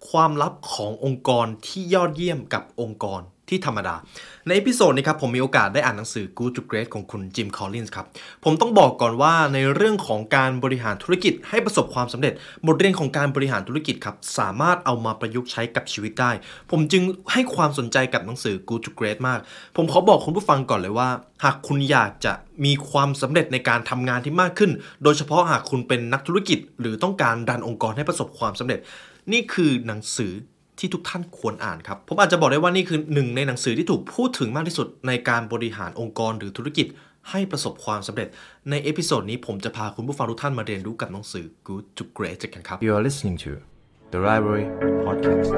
ความลับขององค์กรที่ยอดเยี่ยมกับองค์กรที่ธรรมดาในเอพิโซดนี้ครับผมมีโอกาสได้อ่านหนังสือ Good to Great ของคุณจิม คอลลินส์ครับผมต้องบอกก่อนว่าในเรื่องของการบริหารธุรกิจให้ประสบความสำเร็จบทเรียนของการบริหารธุรกิจครับสามารถเอามาประยุกต์ใช้กับชีวิตได้ผมจึงให้ความสนใจกับหนังสือ Good to Great มากผมขอบอกคุณผู้ฟังก่อนเลยว่าหากคุณอยากจะมีความสำเร็จในการทำงานที่มากขึ้นโดยเฉพาะหากคุณเป็นนักธุรกิจหรือต้องการดันองค์กรให้ประสบความสำเร็จนี่คือหนังสือที่ทุกท่านควรอ่านครับผมอาจจะบอกได้ว่านี่คือหนึ่งในหนังสือที่ถูกพูดถึงมากที่สุดในการบริหารองค์กรหรือธุรกิจให้ประสบความสำเร็จในเอพิโซดนี้ผมจะพาคุณผู้ฟังทุกท่านมาเรียนรู้กับหนังสือ Good to Great กันครับ You are listening to The Library Podcast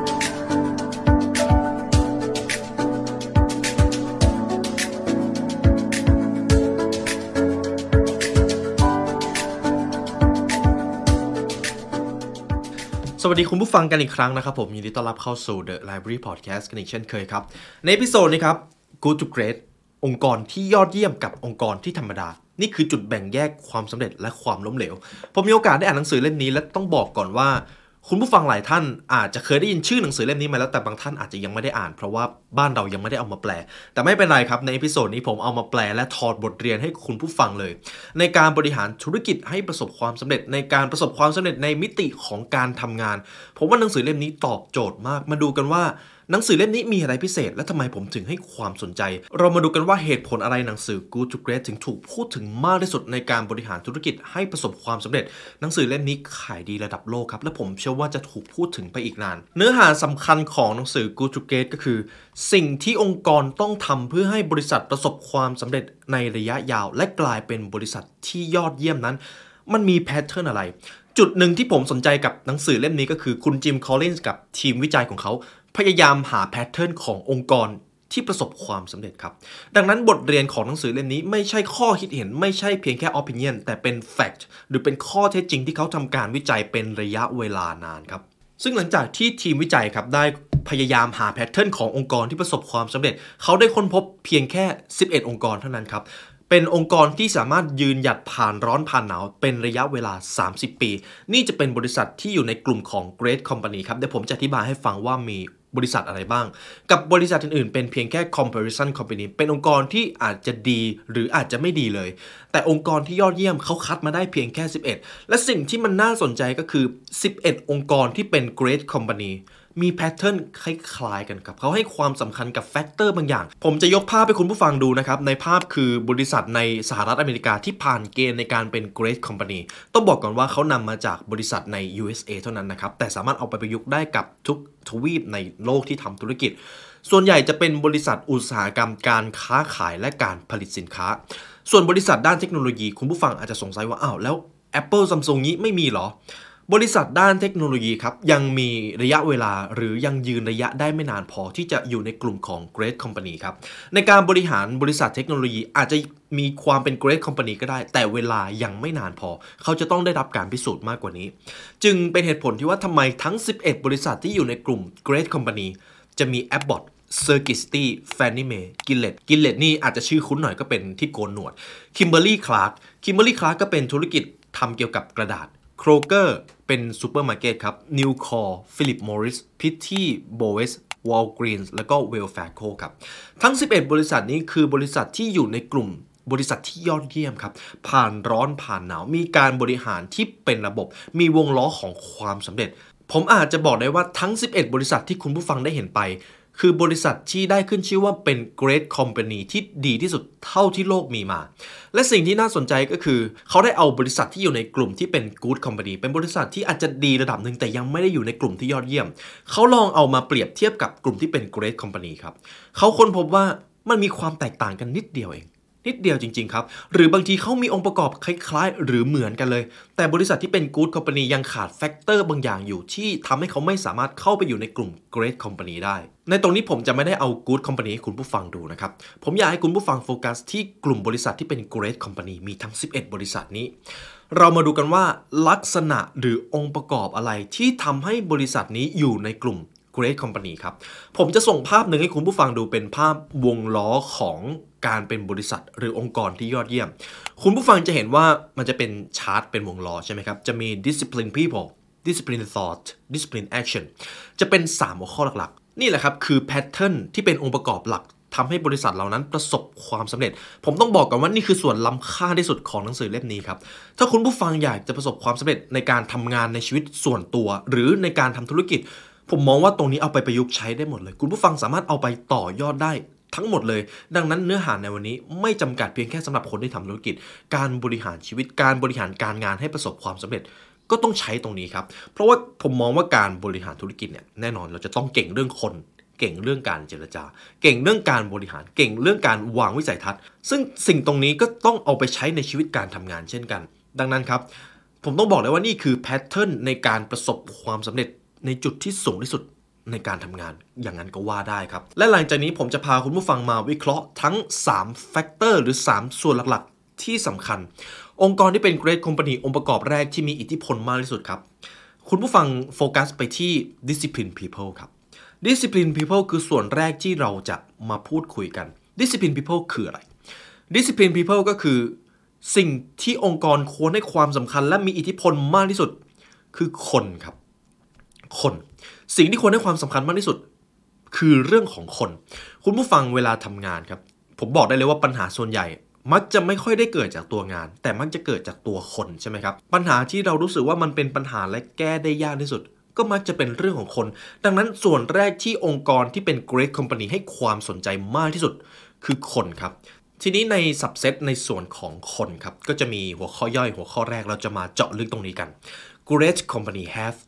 สวัสดีคุณผู้ฟังกันอีกครั้งนะครับผมยินดีต้อนรับเข้าสู่ The Library Podcast กันอีกเช่นเคยครับในเอพิโซดนี้ครับ Good to Great องค์กรที่ยอดเยี่ยมกับองค์กรที่ธรรมดานี่คือจุดแบ่งแยกความสำเร็จและความล้มเหลวผมมีโอกาสได้อ่านหนังสือเล่มนี้และต้องบอกก่อนว่าคุณผู้ฟังหลายท่านอาจจะเคยได้ยินชื่อหนังสือเล่มนี้มาแล้วแต่บางท่านอาจจะยังไม่ได้อ่านเพราะว่าบ้านเรายังไม่ได้เอามาแปลแต่ไม่เป็นไรครับในเอพิโซดนี้ผมเอามาแปลและถอดบทเรียนให้คุณผู้ฟังเลยในการบริหารธุรกิจให้ประสบความสำเร็จในการประสบความสำเร็จในมิติของการทำงานผมว่าหนังสือเล่มนี้ตอบโจทย์มากมาดูกันว่าหนังสือเล่มนี้มีอะไรพิเศษและทำไมผมถึงให้ความสนใจเรามาดูกันว่าเหตุผลอะไรหนังสือ Good to Great ถึงถูกพูดถึงมากที่สุดในการบริหารธุรกิจให้ประสบความสำเร็จหนังสือเล่มนี้ขายดีระดับโลกครับและผมเชื่อว่าจะถูกพูดถึงไปอีกนานเนื้อหาสำคัญของหนังสือ Good to Great ก็คือสิ่งที่องค์กรต้องทำเพื่อให้บริษัทประสบความสำเร็จในระยะยาวและกลายเป็นบริษัทที่ยอดเยี่ยมนั้นมันมีแพทเทิร์นอะไรจุดหนึ่งที่ผมสนใจกับหนังสือเล่มนี้ก็คือคุณจิม คอลลินส์กับทีมวิจัยของเขาพยายามหาแพทเทิร์นขององค์กรที่ประสบความสำเร็จครับดังนั้นบทเรียนของหนังสือเล่มนี้ไม่ใช่ข้อคิดเห็นไม่ใช่เพียงแค่ opinion แต่เป็น fact หรือเป็นข้อเท็จจริงที่เขาทำการวิจัยเป็นระยะเวลานานครับซึ่งหลังจากที่ทีมวิจัยครับได้พยายามหาแพทเทิร์นขององค์กรที่ประสบความสำเร็จเขาได้ค้นพบเพียงแค่11องค์กรเท่านั้นครับเป็นองค์กรที่สามารถยืนหยัดผ่านร้อนผ่านหนาวเป็นระยะเวลา30ปีนี่จะเป็นบริษัทที่อยู่ในกลุ่มของ Great Company ครับเดี๋ยวผมจะอธิบายให้ฟังว่ามีบริษัทอะไรบ้างกับบริษัทอื่นๆเป็นเพียงแค่ comparison company เป็นองค์กรที่อาจจะดีหรืออาจจะไม่ดีเลยแต่องค์กรที่ยอดเยี่ยมเขาคัดมาได้เพียงแค่11และสิ่งที่มันน่าสนใจก็คือ11องค์กรที่เป็น Great Companyมีแพทเทิร์นคล้ายๆกันครับเขาให้ความสำคัญกับแฟกเตอร์บางอย่างผมจะยกภาพให้คุณผู้ฟังดูนะครับในภาพคือบริษัทในสหรัฐอเมริกาที่ผ่านเกณฑ์ในการเป็น Great Company ต้องบอกก่อนว่าเขานำมาจากบริษัทใน USA เท่านั้นนะครับแต่สามารถเอาไปประยุกต์ได้กับทุกทวีปในโลกที่ทำธุรกิจส่วนใหญ่จะเป็นบริษัทอุตสาหกรรมการค้าขายและการผลิตสินค้าส่วนบริษัทด้านเทคโนโลยีคุณผู้ฟังอาจจะสงสัยว่าอ้าวแล้ว Apple Samsung นี้ไม่มีหรอบริษัทด้านเทคโนโลยีครับยังมีระยะเวลาหรือยังยืนระยะได้ไม่นานพอที่จะอยู่ในกลุ่มของ Great Company ครับในการบริหารบริษัทเทคโนโลยีอาจจะมีความเป็น Great Company ก็ได้แต่เวลายังไม่นานพอเขาจะต้องได้รับการพิสูจน์มากกว่านี้จึงเป็นเหตุผลที่ว่าทำไมทั้ง11บริษัทที่อยู่ในกลุ่ม Great Company จะมี Abbott Circuity Fannie Mae Gillette นี่อาจจะชื่อคุ้นหน่อยก็เป็นที่โกนหนวด Kimberly Clark ก็เป็นธุรกิจทำเกี่ยวกับกระดาษKroger เป็นซูเปอร์มาร์เก็ตครับ Nucor Philip Morris Pitney Bowes Walgreens แล้วก็ Wells Fargo ครับทั้ง11บริษัทนี้คือบริษัทที่อยู่ในกลุ่มบริษัทที่ยอดเยี่ยมครับผ่านร้อนผ่านหนาวมีการบริหารที่เป็นระบบมีวงล้อของความสำเร็จผมอาจจะบอกได้ว่าทั้ง11บริษัทที่คุณผู้ฟังได้เห็นไปคือบริษัทที่ได้ขึ้นชื่อว่าเป็น Great Company ที่ดีที่สุดเท่าที่โลกมีมาและสิ่งที่น่าสนใจก็คือเขาได้เอาบริษัทที่อยู่ในกลุ่มที่เป็น Good Company เป็นบริษัทที่อาจจะดีระดับหนึ่งแต่ยังไม่ได้อยู่ในกลุ่มที่ยอดเยี่ยมเขาลองเอามาเปรียบเทียบกับกลุ่มที่เป็น Great Company ครับเขาค้นพบว่ามันมีความแตกต่างกันนิดเดียวเองนิดเดียวจริงๆครับหรือบางทีเขามีองค์ประกอบคล้ายๆหรือเหมือนกันเลยแต่บริษัทที่เป็น Good Company ยังขาดแฟกเตอร์บางอย่างอยู่ที่ทำให้เขาไม่สามารถเข้าไปอยู่ในกลุ่ม Great Company ได้ในตรงนี้ผมจะไม่ได้เอา Good Company ให้คุณผู้ฟังดูนะครับผมอยากให้คุณผู้ฟังโฟกัสที่กลุ่มบริษัทที่เป็น Great Company มีทั้ง11บริษัทนี้เรามาดูกันว่าลักษณะหรือองค์ประกอบอะไรที่ทำให้บริษัทนี้อยู่ในกลุ่มGreat Company ครับผมจะส่งภาพหนึ่งให้คุณผู้ฟังดูเป็นภาพวงล้อของการเป็นบริษัทหรือองค์กรที่ยอดเยี่ยมคุณผู้ฟังจะเห็นว่ามันจะเป็นชาร์ตเป็นวงล้อใช่ไหมครับจะมี Discipline People discipline thought discipline action จะเป็น3หัวข้อหลักๆนี่แหละครับคือแพทเทิร์นที่เป็นองค์ประกอบหลักทำให้บริษัทเหล่านั้นประสบความสำเร็จผมต้องบอกก่อนว่านี่คือส่วนล้ำค่าที่สุดของหนังสือเล่มนี้ครับถ้าคุณผู้ฟังอยากจะประสบความสำเร็จในการทำงานในชีวิตส่วนตัวหรือในการทำธุรกิจผมมองว่าตรงนี้เอาไปประยุกต์ใช้ได้หมดเลยคุณผู้ฟังสามารถเอาไปต่อยอดได้ทั้งหมดเลยดังนั้นเนื้อหาในวันนี้ไม่จำกัดเพียงแค่สำหรับคนที่ทำธุรกิจการบริหารชีวิตการบริหารการงานให้ประสบความสำเร็จก็ต้องใช้ตรงนี้ครับเพราะว่าผมมองว่าการบริหารธุรกิจเนี่ยแน่นอนเราจะต้องเก่งเรื่องคนเก่งเรื่องการเจรจาเก่งเรื่องการบริหารเก่งเรื่องการวางวิสัยทัศน์ซึ่งสิ่งตรงนี้ก็ต้องเอาไปใช้ในชีวิตการทำงานเช่นกันดังนั้นครับผมต้องบอกเลยว่านี่คือแพทเทิร์นในการประสบความสำเร็จในจุดที่สูงที่สุดในการทำงานอย่างนั้นก็ว่าได้ครับและหลังจากนี้ผมจะพาคุณผู้ฟังมาวิเคราะห์ทั้ง3แฟกเตอร์หรือ3ส่วนหลักๆที่สำคัญองค์กรที่เป็น Great Company องค์ประกอบแรกที่มีอิทธิพลมากที่สุดครับคุณผู้ฟังโฟกัสไปที่ Discipline People ครับ Discipline People คือส่วนแรกที่เราจะมาพูดคุยกัน Discipline People คืออะไร Discipline People ก็คือสิ่งที่องค์กรควรให้ความสำคัญและมีอิทธิพลมากที่สุดคือคนครับคนสิ่งที่ควรให้ความสำคัญมากที่สุดคือเรื่องของคนคุณผู้ฟังเวลาทำงานครับผมบอกได้เลยว่าปัญหาส่วนใหญ่มักจะไม่ค่อยได้เกิดจากตัวงานแต่มักจะเกิดจากตัวคนใช่ไหมครับปัญหาที่เรารู้สึกว่ามันเป็นปัญหาและแก้ได้ยากที่สุดก็มักจะเป็นเรื่องของคนดังนั้นส่วนแรกที่องค์กรที่เป็น Great Company ให้ความสนใจมากที่สุดคือคนครับทีนี้ใน subset ในส่วนของคนครับก็จะมีหัวข้อย่อยหัวข้อแรกเราจะมาเจาะลึกตรงนี้กัน Great Company have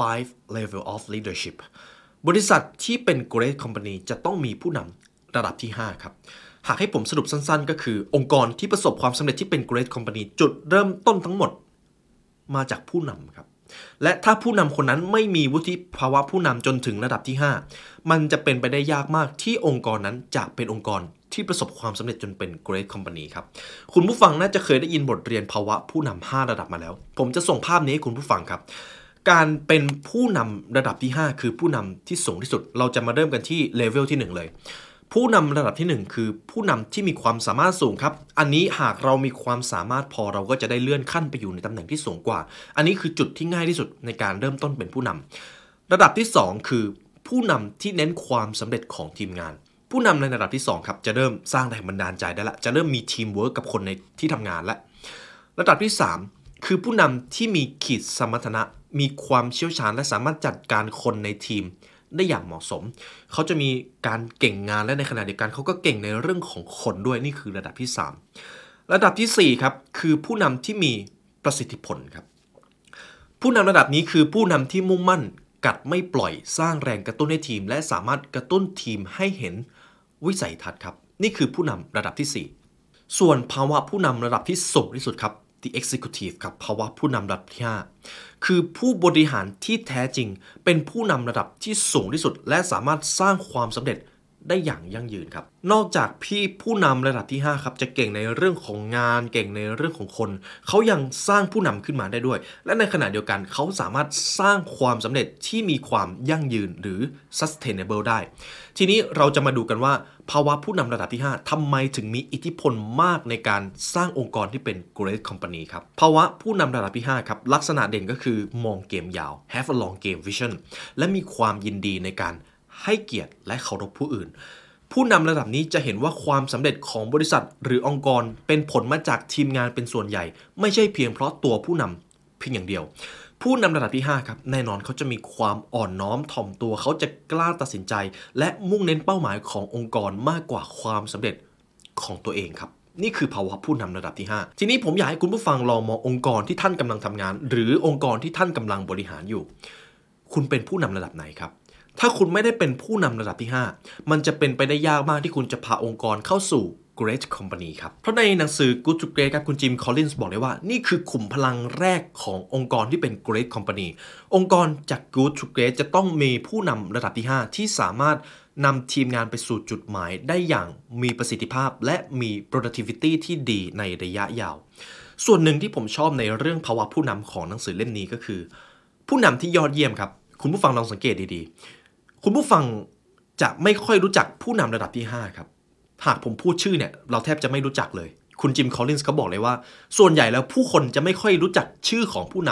5 level of leadership บริษัทที่เป็น Great Company จะต้องมีผู้นำระดับที่5ครับหากให้ผมสรุปสั้นๆก็คือองค์กรที่ประสบความสำเร็จที่เป็น Great Company จุดเริ่มต้นทั้งหมดมาจากผู้นำครับและถ้าผู้นำคนนั้นไม่มีวุฒิภาวะผู้นำจนถึงระดับที่5มันจะเป็นไปได้ยากมากที่องค์กรนั้นจะเป็นองค์กรที่ประสบความสำเร็จจนเป็น Great Company ครับคุณผู้ฟังน่าจะเคยได้ยินบทเรียนภาวะผู้นำ5ระดับมาแล้วผมจะส่งภาพนี้ให้คุณผู้ฟังครับการเป็นผู้นำระดับที่5คือผู้นำที่สูงที่สุดเราจะมาเริ่มกันที่เลเวลที่1เลยผู้นำระดับที่1คือผู้นำที่มีความสามารถสูงครับอันนี้หากเรามีความสามารถพอเราก็จะได้เลื่อนขั้นไปอยู่ในตำแหน่งที่สูงกว่าอันนี้คือจุดที่ง่ายที่สุดในการเริ่มต้นเป็นผู้นำระดับที่2คือผู้นำที่เน้นความสำเร็จของทีมงานผู้นำในระดับที่2ครับจะเริ่มสร้างแรงบันดาลใจได้ละจะเริ่มมีทีมเวิร์กกับคนในที่ทำงานและระดับที่3คือผู้นำที่มีขีดสมรรถนะมีความเชี่ยวชาญและสามารถจัดการคนในทีมได้อย่างเหมาะสมเขาจะมีการเก่งงานและในขณะเดียวกันเขาก็เก่งในเรื่องของคนด้วยนี่คือระดับที่3ระดับที่4ครับคือผู้นำที่มีประสิทธิผลครับผู้นำระดับนี้คือผู้นำที่มุ่งมั่นกัดไม่ปล่อยสร้างแรงกระตุ้นให้ทีมและสามารถกระตุ้นทีมให้เห็นวิสัยทัศน์ครับนี่คือผู้นำระดับที่4ส่วนภาวะผู้นำระดับที่สูงที่สุดครับ The Executive ครับภาวะผู้นำระดับที่5คือผู้บริหารที่แท้จริงเป็นผู้นำระดับที่สูงที่สุดและสามารถสร้างความสำเร็จได้อย่างยั่งยืนครับนอกจากผู้นำระดับที่5ครับจะเก่งในเรื่องของงานเก่งในเรื่องของคนเขายังสร้างผู้นำขึ้นมาได้ด้วยและในขณะเดียวกันเขาสามารถสร้างความสำเร็จที่มีความยั่งยืนหรือ sustainable ได้ทีนี้เราจะมาดูกันว่าภาวะผู้นำระดับที่5ทำไมถึงมีอิทธิพลมากในการสร้างองค์กรที่เป็น Great Company ครับภาวะผู้นำระดับที่5ครับลักษณะเด่นก็คือมองเกมยาว have a long game vision และมีความยินดีในการให้เกียรติและเคารพผู้อื่นผู้นำระดับนี้จะเห็นว่าความสำเร็จของบริษัทหรือองค์กรเป็นผลมาจากทีมงานเป็นส่วนใหญ่ไม่ใช่เพียงเพราะตัวผู้นำเพียงอย่างเดียวผู้นำระดับที่5ครับแน่นอนเขาจะมีความอ่อนน้อมถ่อมตัวเขาจะกล้าตัดสินใจและมุ่งเน้นเป้าหมายขององค์กรมากกว่าความสำเร็จของตัวเองครับนี่คือภาวะผู้นำระดับที่5ทีนี้ผมอยากให้คุณผู้ฟังลองมององค์กรที่ท่านกำลังทำงานหรือองค์กรที่ท่านกำลังบริหารอยู่คุณเป็นผู้นำระดับไหนครับถ้าคุณไม่ได้เป็นผู้นำระดับที่5มันจะเป็นไปได้ยากมากที่คุณจะพาองค์กรเข้าสู่ Great Company ครับเพราะในหนังสือ Good to Great ครับคุณจิมคอลลินส์บอกเลยว่านี่คือขุมพลังแรกขององค์กรที่เป็น Great Company องค์กรจาก Good to Great จะต้องมีผู้นำระดับที่5ที่สามารถนำทีมงานไปสู่จุดหมายได้อย่างมีประสิทธิภาพและมี productivity ที่ดีในระยะยาวส่วนหนึ่งที่ผมชอบในเรื่องภาวะผู้นำของหนังสือเล่มนี้ก็คือผู้นำที่ยอดเยี่ยมครับคุณผู้ฟังลองสังเกตดีๆคุณผู้ฟังจะไม่ค่อยรู้จักผู้นำระดับที่5ครับหากผมพูดชื่อเนี่ยเราแทบจะไม่รู้จักเลยคุณจิมคอลลินส์เขาบอกเลยว่าส่วนใหญ่แล้วผู้คนจะไม่ค่อยรู้จักชื่อของผู้น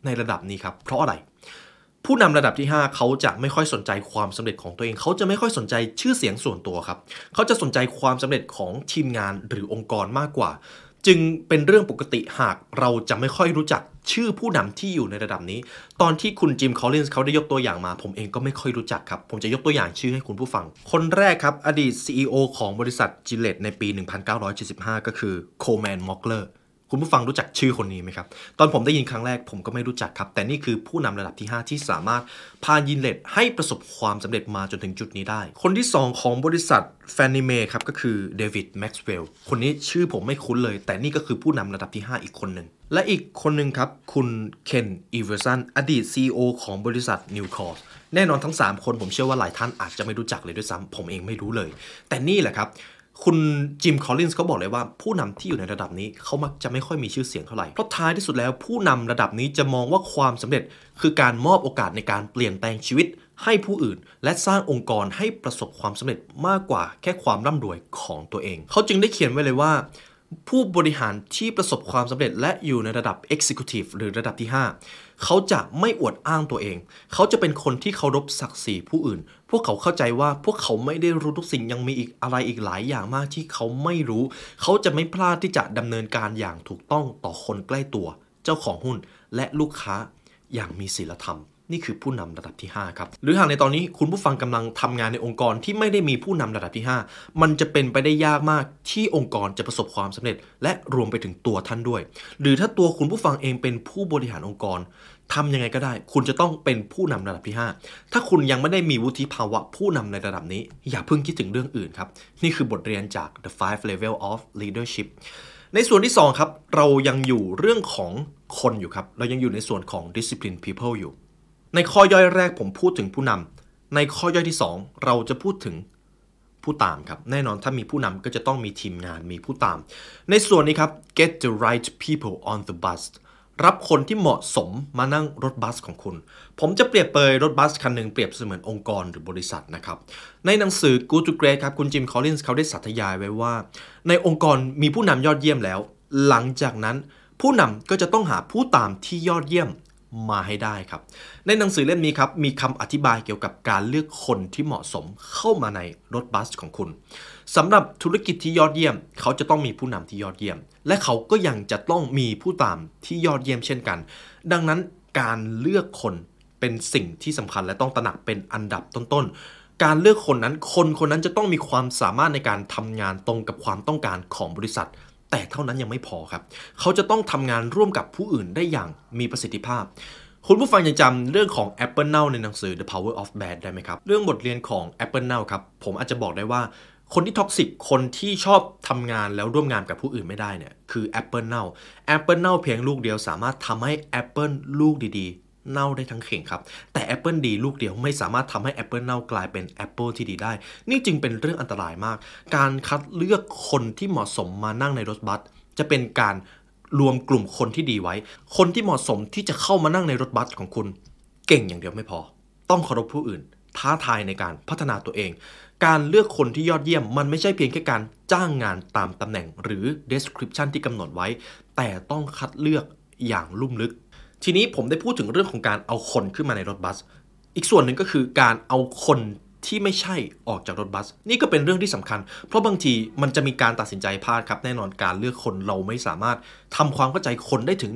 ในระดับนี้ครับเพราะอะไรผู้นำระดับที่5เขาจะไม่ค่อยสนใจความสำเร็จของตัวเองเขาจะไม่ค่อยสนใจชื่อเสียงส่วนตัวครับเขาจะสนใจความสำเร็จของทีมงานหรือองค์กรมากกว่าจึงเป็นเรื่องปกติหากเราจะไม่ค่อยรู้จักชื่อผู้นำที่อยู่ในระดับนี้ตอนที่คุณจิมคอลลินส์เขาได้ยกตัวอย่างมาผมเองก็ไม่ค่อยรู้จักครับผมจะยกตัวอย่างชื่อให้คุณผู้ฟังคนแรกครับอดีต CEO ของบริษัทจิเลตในปี 1975 ก็คือโคแมน ม็อกเลอร์คุณผู้ฟังรู้จักชื่อคนนี้ไหมครับตอนผมได้ยินครั้งแรกผมก็ไม่รู้จักครับแต่นี่คือผู้นำระดับที่5ที่สามารถพาจิเลตให้ประสบความสำเร็จมาจนถึงจุดนี้ได้คนที่2ของบริษัทแฟนนิเมครับก็คือเดวิดแม็กซ์เวลล์คนนี้ชื่อผมไม่คุ้นเลยแต่นี่ก็คือผู้นำระดับที่5อีกคนหนึ่งและอีกคนหนึ่งครับคุณเคนอีเวอร์สันอดีต CEO ของบริษัทนิวคอร์สแน่นอนทั้ง3คนผมเชื่อว่าหลายท่านอาจจะไม่รู้จักเลยด้วยซ้ำผมเองไม่รู้เลยแต่นี่แหละครับคุณจิมคอลลินส์เขาบอกเลยว่าผู้นำที่อยู่ในระดับนี้เขามักจะไม่ค่อยมีชื่อเสียงเท่าไหร่เพราะท้ายที่สุดแล้วผู้นำระดับนี้จะมองว่าความสำเร็จคือการมอบโอกาสในการเปลี่ยนแปลงชีวิตให้ผู้อื่นและสร้างองค์กรให้ประสบความสำเร็จมากกว่าแค่ความร่ำรวยของตัวเองเขาจึงได้เขียนไว้เลยว่าผู้บริหารที่ประสบความสำเร็จและอยู่ในระดับ Executive หรือระดับที่5เขาจะไม่อวดอ้างตัวเองเขาจะเป็นคนที่เคารพศักดิ์ศรีผู้อื่นพวกเขาเข้าใจว่าพวกเขาไม่ได้รู้ทุกสิ่งยังมีอีกหลายอย่างมากที่เขาไม่รู้เขาจะไม่พลาดที่จะดำเนินการอย่างถูกต้องต่อคนใกล้ตัวเจ้าของหุ้นและลูกค้าอย่างมีศีลธรรมนี่คือผู้นำระดับที่5ครับหรือหากในตอนนี้คุณผู้ฟังกำลังทำงานในองค์กรที่ไม่ได้มีผู้นำระดับที่5มันจะเป็นไปได้ยากมากที่องค์กรจะประสบความสำเร็จและรวมไปถึงตัวท่านด้วยหรือถ้าตัวคุณผู้ฟังเองเป็นผู้บริหารองค์กรทำยังไงก็ได้คุณจะต้องเป็นผู้นำระดับที่5ถ้าคุณยังไม่ได้มีวุฒิภาวะผู้นำในระดับนี้อย่าเพิ่งคิดถึงเรื่องอื่นครับนี่คือบทเรียนจาก The 5 Level of Leadershipในส่วนที่2ครับเรายังอยู่เรื่องของคนอยู่ครับเรายังอยู่ในส่วนของ Discipline People อยู่ในข้อย่อยแรกผมพูดถึงผู้นำในข้อย่อยที่2เราจะพูดถึงผู้ตามครับแน่นอนถ้ามีผู้นำก็จะต้องมีทีมงานมีผู้ตามในส่วนนี้ครับ get the right people on the bus รับคนที่เหมาะสมมานั่งรถบัสของคุณผมจะเปรียบเปรยรถบัสคันหนึ่งเปรียบเสมือนองค์กรหรือบริษัทนะครับในหนังสือ Good to Great ครับคุณจิมคอลลินส์เขาได้สาธยายไว้ว่าในองค์กรมีผู้นำยอดเยี่ยมแล้วหลังจากนั้นผู้นำก็จะต้องหาผู้ตามที่ยอดเยี่ยมมาให้ได้ครับในหนังสือเล่มนี้ครับมีคำอธิบายเกี่ยวกับการเลือกคนที่เหมาะสมเข้ามาในรถบัสของคุณสำหรับธุรกิจที่ยอดเยี่ยมเขาจะต้องมีผู้นำที่ยอดเยี่ยมและเขาก็ยังจะต้องมีผู้ตามที่ยอดเยี่ยมเช่นกันดังนั้นการเลือกคนเป็นสิ่งที่สำคัญและต้องตระหนักเป็นอันดับต้นๆการเลือกคนนั้นคนนั้นจะต้องมีความสามารถในการทำงานตรงกับความต้องการของบริษัทแต่เท่านั้นยังไม่พอครับเขาจะต้องทำงานร่วมกับผู้อื่นได้อย่างมีประสิทธิภาพคุณผู้ฟังยังจำเรื่องของ Apple Now ในหนังสือ The Power of Bad ได้ไหมครับเรื่องบทเรียนของ Apple Now ครับผมอาจจะบอกได้ว่าคนที่ท็อกซิกคนที่ชอบทำงานแล้วร่วมงานกับผู้อื่นไม่ได้เนี่ยคือ Apple Now Apple Now เพียงลูกเดียวสามารถทำให้ Apple ลูกดีๆเน่าได้ทั้งเข่งครับแต่ Apple ดีลูกเดียวไม่สามารถทำให้ Apple เน่ากลายเป็น Apple ที่ดีได้นี่จึงเป็นเรื่องอันตรายมากการคัดเลือกคนที่เหมาะสมมานั่งในรถบัสจะเป็นการรวมกลุ่มคนที่ดีไว้คนที่เหมาะสมที่จะเข้ามานั่งในรถบัสของคุณเก่งอย่างเดียวไม่พอต้องเคารพผู้อื่นท้าทายในการพัฒนาตัวเองการเลือกคนที่ยอดเยี่ยมมันไม่ใช่เพียงแค่การจ้างงานตามตำแหน่งหรือ description ที่กำหนดไว้แต่ต้องคัดเลือกอย่างลุ่มลึกทีนี้ผมได้พูดถึงเรื่องของการเอาคนขึ้นมาในรถบัสอีกส่วนหนึ่งก็คือการเอาคนที่ไม่ใช่ออกจากรถบัสนี่ก็เป็นเรื่องที่สำคัญเพราะบางทีมันจะมีการตัดสินใจพลาดครับแน่นอนการเลือกคนเราไม่สามารถทำความเข้าใจคนได้ถึง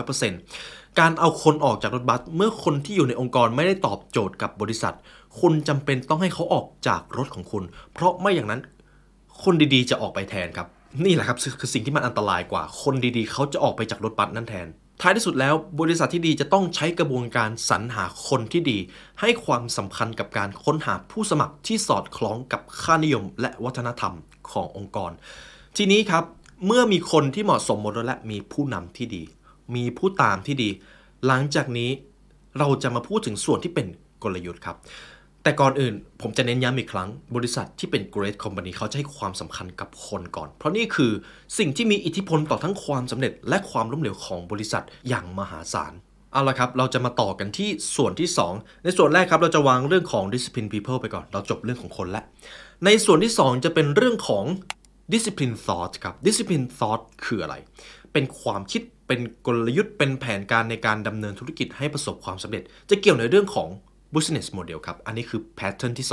100% การเอาคนออกจากรถบัสเมื่อคนที่อยู่ในองค์กรไม่ได้ตอบโจทย์กับบริษัทคุณจำเป็นต้องให้เขาออกจากรถของคุณเพราะไม่อย่างนั้นคนดีๆจะออกไปแทนครับนี่แหละครับคือสิ่งที่มันอันตรายกว่าคนดีๆเขาจะออกไปจากรถบัสนั่นแทนท้ายที่สุดแล้วบริษัทที่ดีจะต้องใช้กระบวนการสรรหาคนที่ดีให้ความสำคัญกับการค้นหาผู้สมัครที่สอดคล้องกับค่านิยมและวัฒนธรรมขององค์กรทีนี้ครับเมื่อมีคนที่เหมาะสมหมดแล้วและมีผู้นำที่ดีมีผู้ตามที่ดีหลังจากนี้เราจะมาพูดถึงส่วนที่เป็นกลยุทธ์ครับแต่ก่อนอื่นผมจะเน้นย้ำอีกครั้งบริษัทที่เป็น Great Company เขาจะให้ความสำคัญกับคนก่อนเพราะนี่คือสิ่งที่มีอิทธิพลต่อทั้งความสำเร็จและความล้มเหลวของบริษัทอย่างมหาศาลเอาละครับเราจะมาต่อกันที่ส่วนที่2ในส่วนแรกครับเราจะวางเรื่องของ Discipline People ไปก่อนเราจบเรื่องของคนแล้วในส่วนที่2จะเป็นเรื่องของ Discipline Thought ครับ Discipline Thought คืออะไรเป็นความคิดเป็นกลยุทธ์เป็นแผนการในการดำเนินธุรกิจให้ประสบความสำเร็จจะเกี่ยวในเรื่องของ business model ครับอันนี้คือ pattern ที่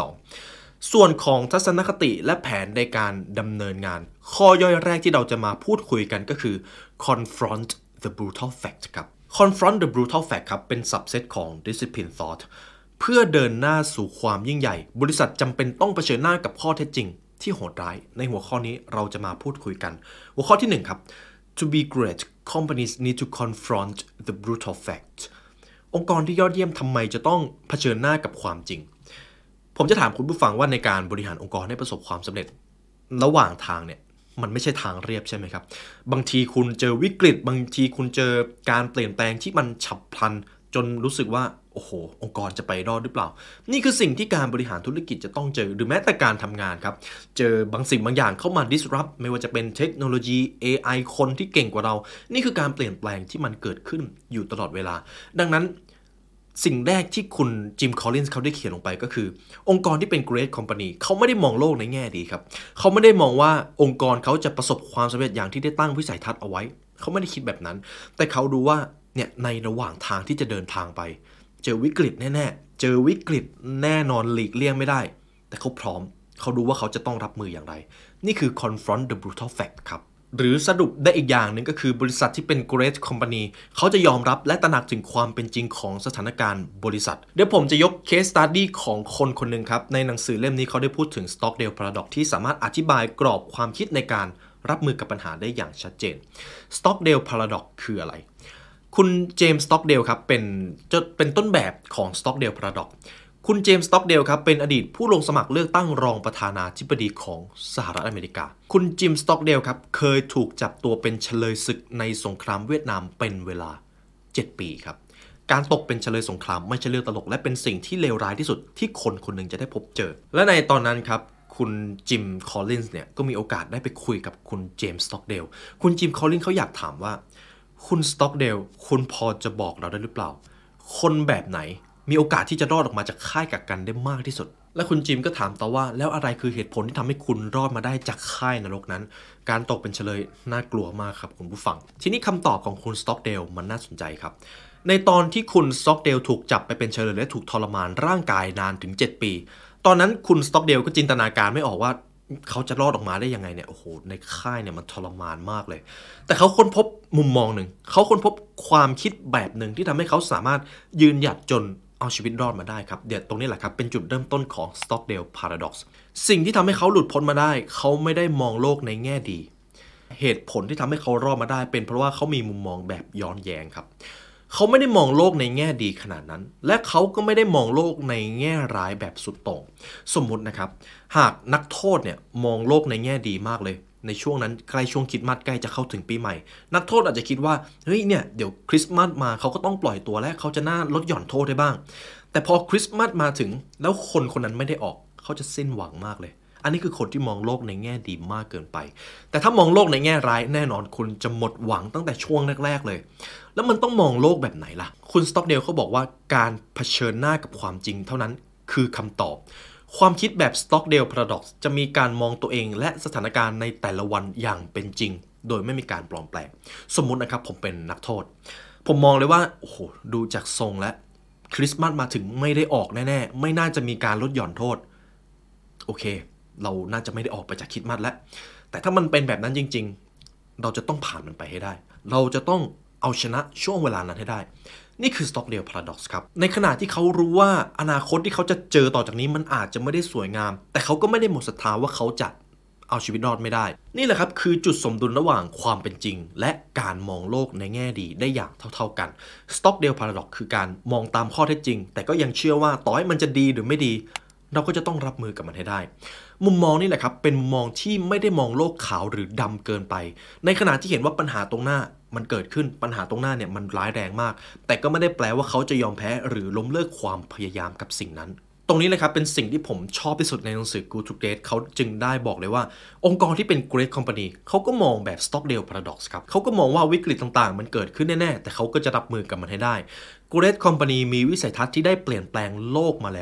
2ส่วนของทัศนคติและแผนในการดำเนินงานข้อย่อยแรกที่เราจะมาพูดคุยกันก็คือ confront the brutal fact ครับ confront the brutal fact ครับเป็น subset ของ discipline thought เพื่อเดินหน้าสู่ความยิ่งใหญ่บริษัทจำเป็นต้องเผชิญหน้ากับข้อเท็จจริงที่โหดร้ายในหัวข้อนี้เราจะมาพูดคุยกันหัวข้อที่ 1 ครับ To be great companies need to confront the brutal fact องค์กรที่ยอดเยี่ยมทำไมจะต้องเผชิญหน้ากับความจริงผมจะถามคุณผู้ฟังว่าในการบริหารองค์กรให้ประสบความสำเร็จระหว่างทางเนี่ยมันไม่ใช่ทางเรียบใช่ไหมครับบางทีคุณเจอวิกฤตบางทีคุณเจอการเปลี่ยนแปลงที่มันฉับพลันจนรู้สึกว่าโอ้โหองค์กรจะไปรอดหรือเปล่านี่คือสิ่งที่การบริหารธุรกิจจะต้องเจอหรือแม้แต่การทำงานครับเจอบางสิ่งบางอย่างเข้ามา disrupt ไม่ว่าจะเป็นเทคโนโลยี AI คนที่เก่งกว่าเรานี่คือการเปลี่ยนแปลงที่มันเกิดขึ้นอยู่ตลอดเวลาดังนั้นสิ่งแรกที่คุณจิมคอลลินส์เขาได้เขียนลงไปก็คือองค์กรที่เป็น Great Company เขาไม่ได้มองโลกในแง่ดีครับเขาไม่ได้มองว่าองค์กรเขาจะประสบความสำเร็จอย่างที่ได้ตั้งวิสัยทัศน์เอาไว้เขาไม่ได้คิดแบบนั้นแต่เขาดูว่าเนี่ยในระหว่างทางที่จะเดินทางไปเจอวิกฤตแน่ๆเจอวิกฤตแน่นอนหลีกเลี่ยงไม่ได้แต่เขาพร้อมเขาดูว่าเขาจะต้องรับมืออย่างไรนี่คือ confront the brutal fact ครับหรือสรุปได้อีกอย่างหนึ่งก็คือบริษัทที่เป็น Great Company เขาจะยอมรับและตระหนักถึงความเป็นจริงของสถานการณ์บริษัทเดี๋ยวผมจะยก Case Study ของคนคนหนึ่งครับในหนังสือเล่มนี้เขาได้พูดถึง Stockdale Paradox ที่สามารถอธิบายกรอบความคิดในการรับมือกับปัญหาได้อย่างชัดเจน Stockdale Paradox คืออะไรคุณเจมส์สต็อกเดลครับเป็นต้นแบบของ Stockdale Paradox คุณเจมส์สต็อกเดลครับเป็นอดีตผู้ลงสมัครเลือกตั้งรองประธานาธิบดีของสหรัฐอเมริกาคุณจิมสต็อกเดลครับเคยถูกจับตัวเป็นเฉลยศึกในสงครามเวียดนามเป็นเวลา7 ปีครับการตกเป็นเฉลยสงครามไม่ใช่เรื่องตลกและเป็นสิ่งที่เลวร้ายที่สุดที่คนคนหนึ่งจะได้พบเจอและในตอนนั้นครับคุณจิมคอลลินส์เนี่ยก็มีโอกาสได้ไปคุยกับคุณเจมส์สต็อกเดลคุณจิมคอลลินส์เขาอยากถามว่าคุณสต็อกเดลคุณพอจะบอกเราได้หรือเปล่าคนแบบไหนมีโอกาสที่จะรอดออกมาจากค่ายกักกันได้มากที่สุดและคุณจิมก็ถามต่อว่าแล้วอะไรคือเหตุผลที่ทำให้คุณรอดมาได้จากค่ายนรกนั้นการตกเป็นเฉลยน่ากลัวมากครับคุณผู้ฟังทีนี้คำตอบของคุณสต็อกเดลมันน่าสนใจครับในตอนที่คุณสต็อกเดลถูกจับไปเป็นเฉลยและถูกทรมานร่างกายนานถึง7 ปีตอนนั้นคุณสต็อกเดลก็จินตนาการไม่ออกว่าเขาจะรอดออกมาได้ยังไงเนี่ยโอ้โหในค่ายเนี่ยมันทรมานมากเลยแต่เขาค้นพบมุมมองหนึ่งเขาค้นพบความคิดแบบหนึ่งที่ทำให้เขาสามารถยืนหยัดจนเอาชีวิตรอดมาได้ครับเดี๋ยวตรงนี้แหละครับเป็นจุดเริ่มต้นของ Stockdale Paradox สิ่งที่ทำให้เขาหลุดพ้นมาได้เขาไม่ได้มองโลกในแง่ดีเหตุผลที่ทำให้เขารอดมาได้เป็นเพราะว่าเขามีมุมมองแบบย้อนแย้งครับเขาไม่ได้มองโลกในแง่ดีขนาดนั้นและเขาก็ไม่ได้มองโลกในแง่ร้ายแบบสุดโต่งสมมุตินะครับหากนักโทษเนี่ยมองโลกในแง่ดีมากเลยในช่วงนั้นใกล้ช่วงคริสต์มาสใกล้จะเข้าถึงปีใหม่นักโทษอาจจะคิดว่าเฮ้ยเนี่ยเดี๋ยวคริสต์มาสมาเขาก็ต้องปล่อยตัวและเขาจะน่าลดหย่อนโทษได้บ้างแต่พอคริสต์มาสมาถึงแล้วคนคนนั้นไม่ได้ออกเขาจะสิ้นหวังมากเลยอันนี้คือคนที่มองโลกในแง่ดีมากเกินไปแต่ถ้ามองโลกในแง่ร้ายแน่นอนคุณจะหมดหวังตั้งแต่ช่วงแรกๆเลยแล้วมันต้องมองโลกแบบไหนล่ะคุณสต็อกเดลเขาบอกว่าการเผชิญหน้ากับความจริงเท่านั้นคือคำตอบความคิดแบบ Stockdale Paradox จะมีการมองตัวเองและสถานการณ์ในแต่ละวันอย่างเป็นจริงโดยไม่มีการปลอมแปลงสมมุตินะครับผมเป็นนักโทษผมมองเลยว่าโอ้โหดูจากทรงและคริสต์มาสมาถึงไม่ได้ออกแน่ๆไม่น่าจะมีการลดหย่อนโทษโอเคเราน่าจะไม่ได้ออกไปจากคริสต์มาสแล้วแต่ถ้ามันเป็นแบบนั้นจริงๆเราจะต้องผ่านมันไปให้ได้เราจะต้องเอาชนะช่วงเวลานั้นให้ได้นี่คือ Stockdale Paradox ครับในขณะที่เขารู้ว่าอนาคตที่เขาจะเจอต่อจากนี้มันอาจจะไม่ได้สวยงามแต่เขาก็ไม่ได้หมดศรัทธาว่าเขาจะเอาชีวิตรอดไม่ได้นี่แหละครับคือจุดสมดุลระหว่างความเป็นจริงและการมองโลกในแง่ดีได้อย่างเท่าๆกัน Stockdale Paradox คือการมองตามข้อเท็จจริงแต่ก็ยังเชื่อว่าต่อให้มันจะดีหรือไม่ดีเราก็จะต้องรับมือกับมันให้ได้มุมมองนี่แหละครับเป็นมุมมองที่ไม่ได้มองโลกขาวหรือดำเกินไปในขณะที่เห็นว่าปัญหาตรงหน้ามันเกิดขึ้นปัญหาตรงหน้าเนี่ยมันร้ายแรงมากแต่ก็ไม่ได้แปลว่าเขาจะยอมแพ้หรือล้มเลิกความพยายามกับสิ่งนั้นตรงนี้เลยครับเป็นสิ่งที่ผมชอบที่สุดในหนังสือ Good to Great เขาจึงได้บอกเลยว่าองค์กรที่เป็น Great Company เขาก็มองแบบ Stockdale Paradox ครับเขาก็มองว่าวิกฤตต่างๆมันเกิดขึ้นแน่ๆแต่เขาก็จะรับมือกับมันให้ได้ Great Company มีวิสัยทัศน์ที่ได้เปลี่ยนแปลงโลกมาแล้ว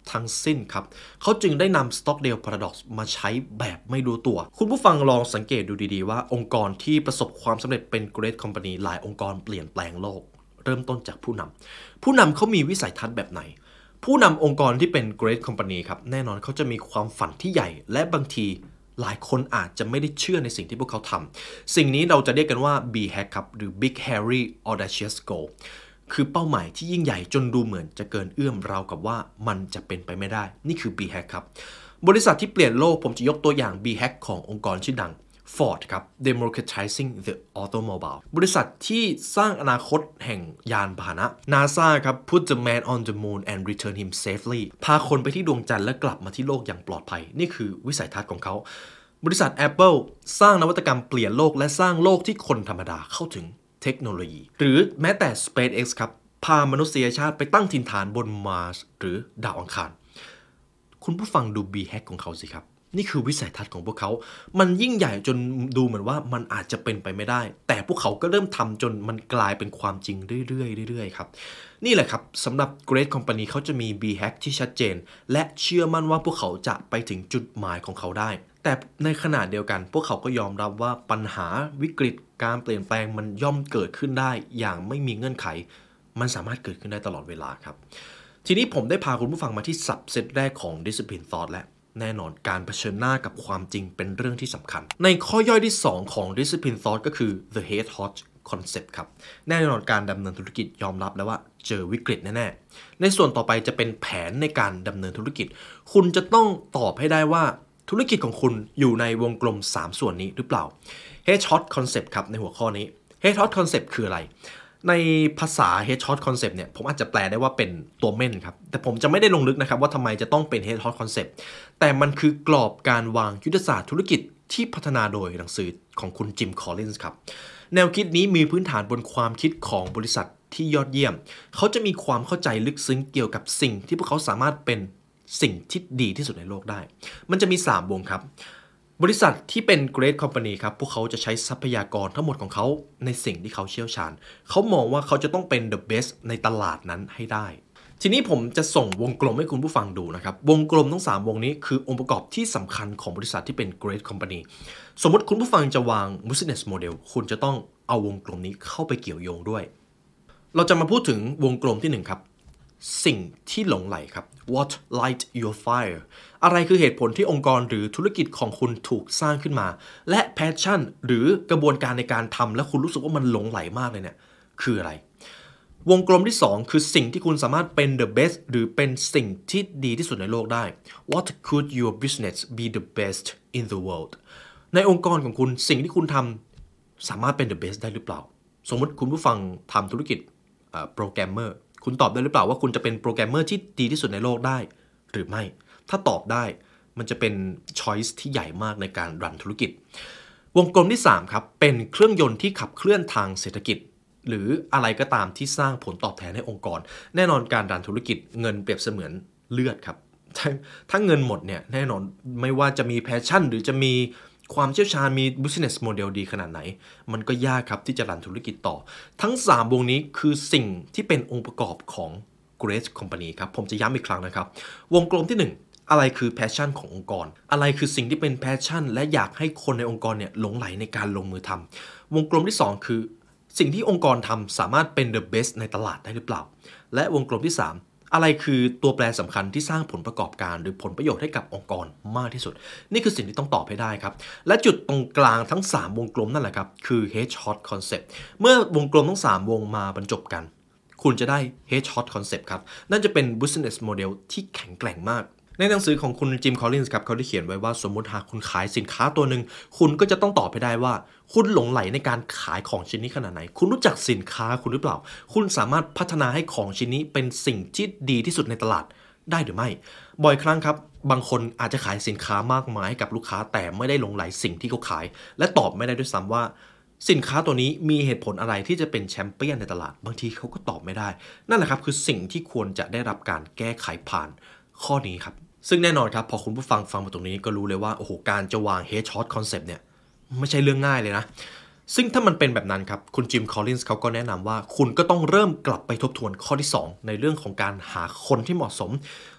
ทั้งสิ้นครับเขาจึงได้นำ Stockdale Paradox มาใช้แบบไม่รู้ตัวคุณผู้ฟังลองสังเกตดูดีๆว่าองค์กรที่ประสบความสำเร็จเป็น Great Company หลายองค์กรเปลี่ยนแปลงโลกเริ่มต้นจากผู้นำเขามีวิสัยทัศน์แบบไหนผู้นำองค์กรที่เป็น Great Company ครับแน่นอนเขาจะมีความฝันที่ใหญ่และบางทีหลายคนอาจจะไม่ได้เชื่อในสิ่งที่พวกเขาทำสิ่งนี้เราจะเรียกกันว่า BHAG ครับหรือ Big Hairy Audacious Goal คือเป้าหมายที่ยิ่งใหญ่จนดูเหมือนจะเกินเอื้อมราวกับว่ามันจะเป็นไปไม่ได้นี่คือ BHAG ครับบริษัทที่เปลี่ยนโลกผมจะยกตัวอย่าง BHAG ขององค์กรชื่อดัง Ford ครับ Democratizing the Automobile บริษัทที่สร้างอนาคตแห่งยานพาหนะ NASA ครับ Put the man on the moon and return him safely พาคนไปที่ดวงจันทร์และกลับมาที่โลกอย่างปลอดภัยนี่คือวิสัยทัศน์ของเขาบริษัท Apple สร้างนวัตกรรมเปลี่ยนโลกและสร้างโลกที่คนธรรมดาเข้าถึงเทคโนโลยีหรือแม้แต่ SpaceX ครับพามนุษยชาติไปตั้งถิ่นฐานบนมาร์สหรือดาวอังคารคุณผู้ฟังดู BHAG ของเขาสิครับนี่คือวิสัยทัศน์ของพวกเขามันยิ่งใหญ่จนดูเหมือนว่ามันอาจจะเป็นไปไม่ได้แต่พวกเขาก็เริ่มทำจนมันกลายเป็นความจริงเรื่อยๆครับนี่แหละครับสำหรับ Great Company เขาจะมี BHAG ที่ชัดเจนและเชื่อมั่นว่าพวกเขาจะไปถึงจุดหมายของเขาได้แต่ในขณะเดียวกันพวกเขาก็ยอมรับว่าปัญหาวิกฤตการเปลี่ยนแปลงมันย่อมเกิดขึ้นได้อย่างไม่มีเงื่อนไขมันสามารถเกิดขึ้นได้ตลอดเวลาครับทีนี้ผมได้พาคุณผู้ฟังมาที่สับเซตแรกของ Discipline Thought และแน่นอนการเผชิญหน้ากับความจริงเป็นเรื่องที่สำคัญในข้อย่อยที่2ของ Discipline Thought ก็คือ The Hedgehog Concept ครับแน่นอนการดำเนินธุรกิจยอมรับแล้วว่าเจอวิกฤตแน่ๆในส่วนต่อไปจะเป็นแผนในการดำเนินธุรกิจคุณจะต้องตอบให้ได้ว่าธุรกิจของคุณอยู่ในวงกลม3ส่วนนี้หรือเปล่า Hedgehog Concept ครับในหัวข้อนี้ Hedgehog Concept คืออะไรในภาษา Hedgehog Concept เนี่ยผมอาจจะแปลได้ว่าเป็นตัวเม่นครับแต่ผมจะไม่ได้ลงลึกนะครับว่าทำไมจะต้องเป็น Hedgehog Concept แต่มันคือกรอบการวางยุทธศาสตร์ธุรกิจที่พัฒนาโดยหนังสือของคุณจิมคอลลินส์ครับแนวคิดนี้มีพื้นฐานบนความคิดของบริษัทที่ยอดเยี่ยมเขาจะมีความเข้าใจลึกซึ้งเกี่ยวกับสิ่งที่พวกเขาสามารถเป็นสิ่งที่ดีที่สุดในโลกได้มันจะมี3วงครับบริษัทที่เป็น Great Company ครับพวกเขาจะใช้ทรัพยากรทั้งหมดของเขาในสิ่งที่เขาเชี่ยวชาญเขามองว่าเขาจะต้องเป็น the best ในตลาดนั้นให้ได้ทีนี้ผมจะส่งวงกลมให้คุณผู้ฟังดูนะครับวงกลมทั้ง3วงนี้คือองค์ประกอบที่สำคัญของบริษัทที่เป็น Great Company สมมติคุณผู้ฟังจะวาง business model คุณจะต้องเอาวงกลมนี้เข้าไปเกี่ยวโยงด้วยเราจะมาพูดถึงวงกลมที่1ครับสิ่งที่หลงไหลครับ What light your fire อะไรคือเหตุผลที่องค์กรหรือธุรกิจของคุณถูกสร้างขึ้นมาและ passion หรือกระบวนการในการทำและคุณรู้สึกว่ามันหลงไหลมากเลยเนี่ยคืออะไรวงกลมที่2คือสิ่งที่คุณสามารถเป็น the best หรือเป็นสิ่งที่ดีที่สุดในโลกได้ What could your business be the best in the world ในองค์กรของคุณสิ่งที่คุณทำสามารถเป็น the best ได้หรือเปล่าสมมติคุณผู้ฟังทำธุรกิจโปรแกรมเมอร์คุณตอบได้หรือเปล่าว่าคุณจะเป็นโปรแกรมเมอร์ที่ดีที่สุดในโลกได้หรือไม่ถ้าตอบได้มันจะเป็น choice ที่ใหญ่มากในการรันธุรกิจวงกลมที่3ครับเป็นเครื่องยนต์ที่ขับเคลื่อนทางเศรษฐกิจหรืออะไรก็ตามที่สร้างผลตอบแทนให้องค์กรแน่นอนการรันธุรกิจเงินเปรียบเสมือนเลือดครับถ้าเงินหมดเนี่ยแน่นอนไม่ว่าจะมี passion หรือจะมีความเชี่ยวชาญมี business model ดีขนาดไหนมันก็ยากครับที่จะรันธุรกิจต่อทั้ง3วงนี้คือสิ่งที่เป็นองค์ประกอบของ Great Company ครับผมจะย้ำอีกครั้งนะครับวงกลมที่1อะไรคือ passion ขององค์กรอะไรคือสิ่งที่เป็น passion และอยากให้คนในองค์กรเนี่ยหลงไหลในการลงมือทำวงกลมที่2คือสิ่งที่องค์กรทำสามารถเป็น the best ในตลาดได้หรือเปล่าและวงกลมที่3อะไรคือตัวแปรสำคัญที่สร้างผลประกอบการหรือผลประโยชน์ให้กับองค์กรมากที่สุดนี่คือสิ่งที่ต้องตอบให้ได้ครับและจุดตรงกลางทั้ง3วงกลมนั่นแหละครับคือ Hedgehog Concept เมื่อวงกลมทั้ง3วงมาบรรจบกันคุณจะได้ Hedgehog Concept ครับนั่นจะเป็น business model ที่แข็งแกร่งมากในหนังสือของคุณจิมคอลลินส์ครับเขาได้เขียนไว้ว่าสมมุติหากคุณขายสินค้าตัวหนึ่งคุณก็จะต้องตอบให้ได้ว่าคุณหลงไหลในการขายของชิ้นนี้ขนาดไหนคุณรู้จักสินค้าคุณหรือเปล่าคุณสามารถพัฒนาให้ของชิ้นนี้เป็นสิ่งที่ดีที่สุดในตลาดได้หรือไม่บ่อยครั้งครับบางคนอาจจะขายสินค้ามากมายให้กับลูกค้าแต่ไม่ได้หลงไหลสิ่งที่เขาขายและตอบไม่ได้ด้วยซ้ำว่าสินค้าตัวนี้มีเหตุผลอะไรที่จะเป็นแชมเปี้ยนในตลาดบางทีเขาก็ตอบไม่ได้นั่นแหละครับคือสิ่งที่ควรจะได้รับการแก้ไขผ่านข้อนี้ครับซึ่งแน่นอนครับพอคุณผู้ฟังมาตรงนี้ก็รู้เลยว่าโอ้โหการจะวาง Hedgehog Concept เนี่ยไม่ใช่เรื่องง่ายเลยนะซึ่งถ้ามันเป็นแบบนั้นครับคุณจิมคอลลินส์เขาก็แนะนำว่าคุณก็ต้องเริ่มกลับไปทบทวนข้อที่2ในเรื่องของการหาคนที่เหมาะสม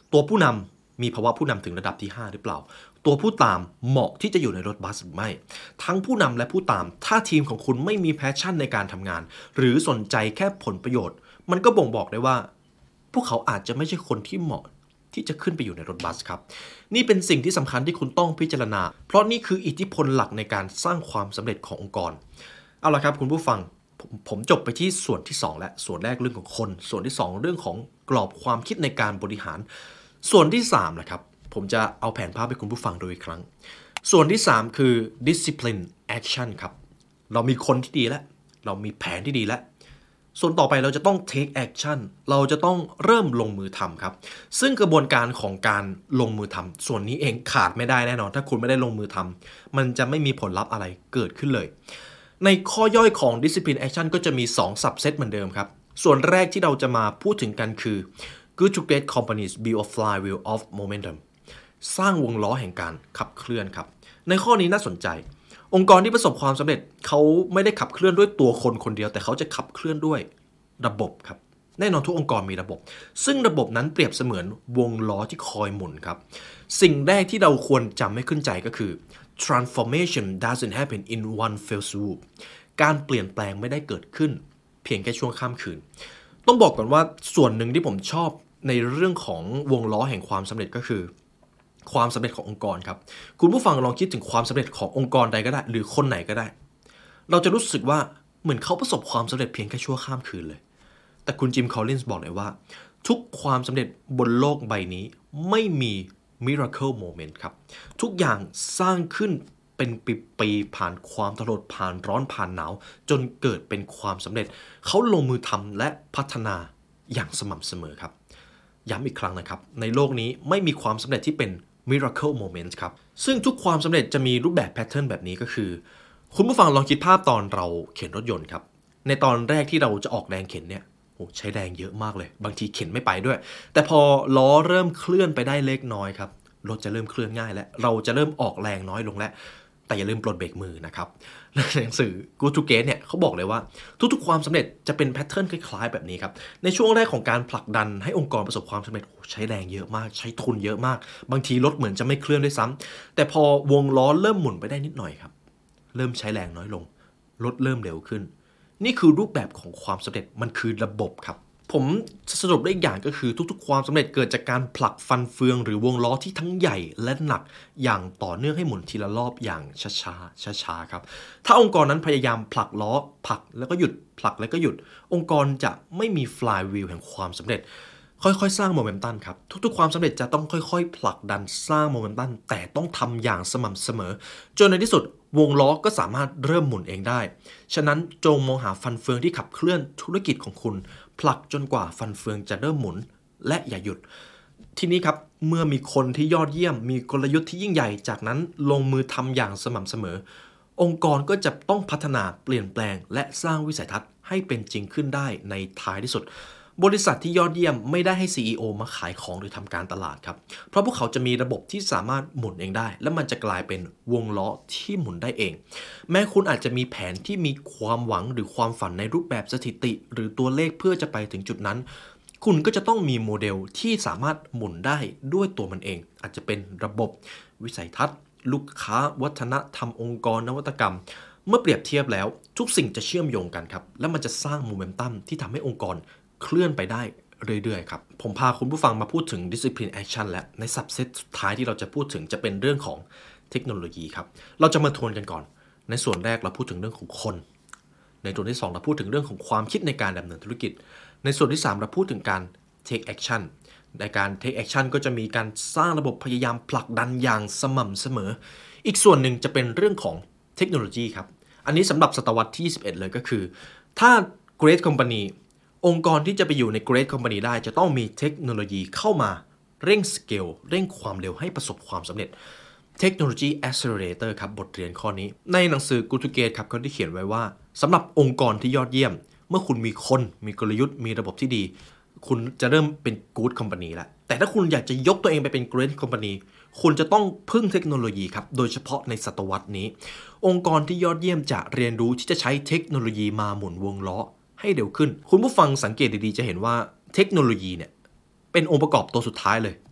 ตัวผู้นำมีภาวะผู้นำถึงระดับที่5หรือเปล่าตัวผู้ตามเหมาะที่จะอยู่ในรถบัสหรือไม่ทั้งผู้นำและผู้ตามถ้าทีมของคุณไม่มีแพชชั่นในการทำงานหรือสนใจแค่ผลประโยชน์มันก็บ่งบอกได้ว่าพวกเขาอาจจะไม่ใช่คนที่เหมาะที่จะขึ้นไปอยู่ในรถบัสครับนี่เป็นสิ่งที่สำคัญที่คุณต้องพิจารณาเพราะนี่คืออิทธิพลหลักในการสร้างความสำเร็จขององค์กรเอาละครับคุณผู้ฟังผมจบไปที่ส่วนที่2และส่วนแรกเรื่องของคนส่วนที่2เรื่องของกรอบความคิดในการบริหารส่วนที่3นะครับผมจะเอาแผนภาพให้คุณผู้ฟังดูอีกครั้งส่วนที่3คือ discipline action ครับเรามีคนที่ดีแล้วเรามีแผนที่ดีแล้วส่วนต่อไปเราจะต้อง take action เราจะต้องเริ่มลงมือทำครับซึ่งกระบวนการของการลงมือทำส่วนนี้เองขาดไม่ได้แน่นอนถ้าคุณไม่ได้ลงมือทำมันจะไม่มีผลลัพธ์อะไรเกิดขึ้นเลยในข้อย่อยของ discipline action ก็จะมี2 subset เหมือนเดิมครับส่วนแรกที่เราจะมาพูดถึงกันคือ good to great companies build a flywheel of momentum สร้างวงล้อแห่งการขับเคลื่อนครับในข้อนี้น่าสนใจองค์กรที่ประสบความสำเร็จเขาไม่ได้ขับเคลื่อนด้วยตัวคนคนเดียวแต่เขาจะขับเคลื่อนด้วยระบบครับแน่นอนทุกองค์กรมีระบบซึ่งระบบนั้นเปรียบเสมือนวงล้อที่คอยหมุนครับสิ่งแรกที่เราควรจำให้ขึ้นใจก็คือ transformation doesn't happen in one fell swoop การเปลี่ยนแปลงไม่ได้เกิดขึ้นเพียงแค่ช่วงข้ามคืนต้องบอกก่อนว่าส่วนหนึ่งที่ผมชอบในเรื่องของวงล้อแห่งความสำเร็จก็คือความสำเร็จขององค์กรครับคุณผู้ฟังลองคิดถึงความสำเร็จขององค์กรใดก็ได้หรือคนไหนก็ได้เราจะรู้สึกว่าเหมือนเขาประสบความสำเร็จเพียงแค่ชั่วข้ามคืนเลยแต่คุณจิมคอลลินส์บอกเลยว่าทุกความสำเร็จบนโลกใบนี้ไม่มี miracle moment ครับทุกอย่างสร้างขึ้นเป็นปีๆผ่านความทรมานผ่านร้อนผ่านหนาวจนเกิดเป็นความสำเร็จเขาลงมือทำและพัฒนาอย่างสม่ำเสมอครับย้ำอีกครั้งนะครับในโลกนี้ไม่มีความสำเร็จที่เป็น miracle moment ครับซึ่งทุกความสำเร็จจะมีรูปแบบแพทเทิร์นแบบนี้ก็คือคุณผู้ฟังลองคิดภาพตอนเราเข็นรถยนต์ครับในตอนแรกที่เราจะออกแรงเข็นเนี่ยใช้แรงเยอะมากเลยบางทีเข็นไม่ไปด้วยแต่พอล้อเริ่มเคลื่อนไปได้เล็กน้อยครับรถจะเริ่มเคลื่อนง่ายแล้วเราจะเริ่มออกแรงน้อยลงแล้วแต่อย่าลืมปลดเบรกมือนะครับในหนังสือ Good to Great เนี่ยเขาบอกเลยว่าทุกๆความสำเร็จจะเป็นแพทเทิร์นคล้ายๆแบบนี้ครับในช่วงแรกของการผลักดันให้องค์กรประสบความสำเร็จใช้แรงเยอะมากใช้ทุนเยอะมากบางทีรถเหมือนจะไม่เคลื่อนด้วยซ้ำแต่พอวงล้อเริ่มหมุนไปได้นิดหน่อยครับเริ่มใช้แรงน้อยลงรถเริ่มเร็วขึ้นนี่คือรูปแบบของความสำเร็จมันคือระบบครับผมสรุปได้อีกอย่างก็คือทุกๆความสำเร็จเกิดจากการผลักฟันเฟืองหรือวงล้อที่ทั้งใหญ่และหนักอย่างต่อเนื่องให้หมุนทีละรอบอย่างช้าๆครับถ้าองค์กรนั้นพยายามผลักล้อผลักแล้วก็หยุดผลักแล้วก็หยุดองค์กรจะไม่มี flywheel แห่งความสำเร็จค่อยๆสร้างโมเมนตัมครับทุกๆความสำเร็จจะต้องค่อยๆผลักดันสร้างโมเมนตัมแต่ต้องทำอย่างสม่ำเสมอจนในที่สุดวงล้อก็สามารถเริ่มหมุนเองได้ฉะนั้นจงมองหาฟันเฟืองที่ขับเคลื่อนธุรกิจของคุณผลักจนกว่าฟันเฟืองจะเริ่มหมุนและอย่าหยุดทีนี้ครับเมื่อมีคนที่ยอดเยี่ยมมีกลยุทธ์ที่ยิ่งใหญ่จากนั้นลงมือทำอย่างสม่ำเสมอองค์กรก็จะต้องพัฒนาเปลี่ยนแปลงและสร้างวิสัยทัศน์ให้เป็นจริงขึ้นได้ในท้ายที่สุดบริษัทที่ยอดเยี่ยมไม่ได้ให้ CEO มาขายของหรือทำการตลาดครับเพราะพวกเขาจะมีระบบที่สามารถหมุนเองได้และมันจะกลายเป็นวงล้อที่หมุนได้เองแม้คุณอาจจะมีแผนที่มีความหวังหรือความฝันในรูปแบบสถิติหรือตัวเลขเพื่อจะไปถึงจุดนั้นคุณก็จะต้องมีโมเดลที่สามารถหมุนได้ด้วยตัวมันเองอาจจะเป็นระบบวิสัยทัศน์ลูกค้าวัฒนธรรมองค์กรนวัตกรรมเมื่อเปรียบเทียบแล้วทุกสิ่งจะเชื่อมโยงกันครับและมันจะสร้างโมเมนตัมที่ทำให้องค์กรเคลื่อนไปได้เรื่อยๆครับผมพาคุณผู้ฟังมาพูดถึง discipline action และใน subset สุดท้ายที่เราจะพูดถึงจะเป็นเรื่องของเทคโนโลยีครับเราจะมาทวนกันก่อนในส่วนแรกเราพูดถึงเรื่องของคนในส่วนที่2เราพูดถึงเรื่องของความคิดในการดำเนินธุรกิจในส่วนที่3เราพูดถึงการ take action ในการ take action ก็จะมีการสร้างระบบพยายามผลักดันอย่างสม่ำเสมออีกส่วนหนึ่งจะเป็นเรื่องของเทคโนโลยีครับอันนี้สำหรับศตวรรษที่21เลยก็คือถ้า great companyองค์กรที่จะไปอยู่ใน Great Company ได้จะต้องมีเทคโนโลยีเข้ามาเร่งสเกลเร่งความเร็วให้ประสบความสำเร็จ Technology Accelerator ครับบทเรียนข้อนี้ในหนังสือ Good to Great ครับเขาได้เขียนไว้ว่าสำหรับองค์กรที่ยอดเยี่ยมเมื่อคุณมีคนมีกลยุทธ์มีระบบที่ดีคุณจะเริ่มเป็น Good Company แล้วแต่ถ้าคุณอยากจะยกตัวเองไปเป็น Great Company คุณจะต้องพึ่งเทคโนโลยีครับโดยเฉพาะในศตวรรษนี้องค์กรที่ยอดเยี่ยมจะเรียนรู้ที่จะใช้เทคโนโลยีมาหมุนวงล้อให้เร็วขึ้นคุณผู้ฟังสังเกตดีๆจะเห็นว่าเทคโนโลยีเนี่ยเป็นองค์ประกอบตัวสุดท้ายเลย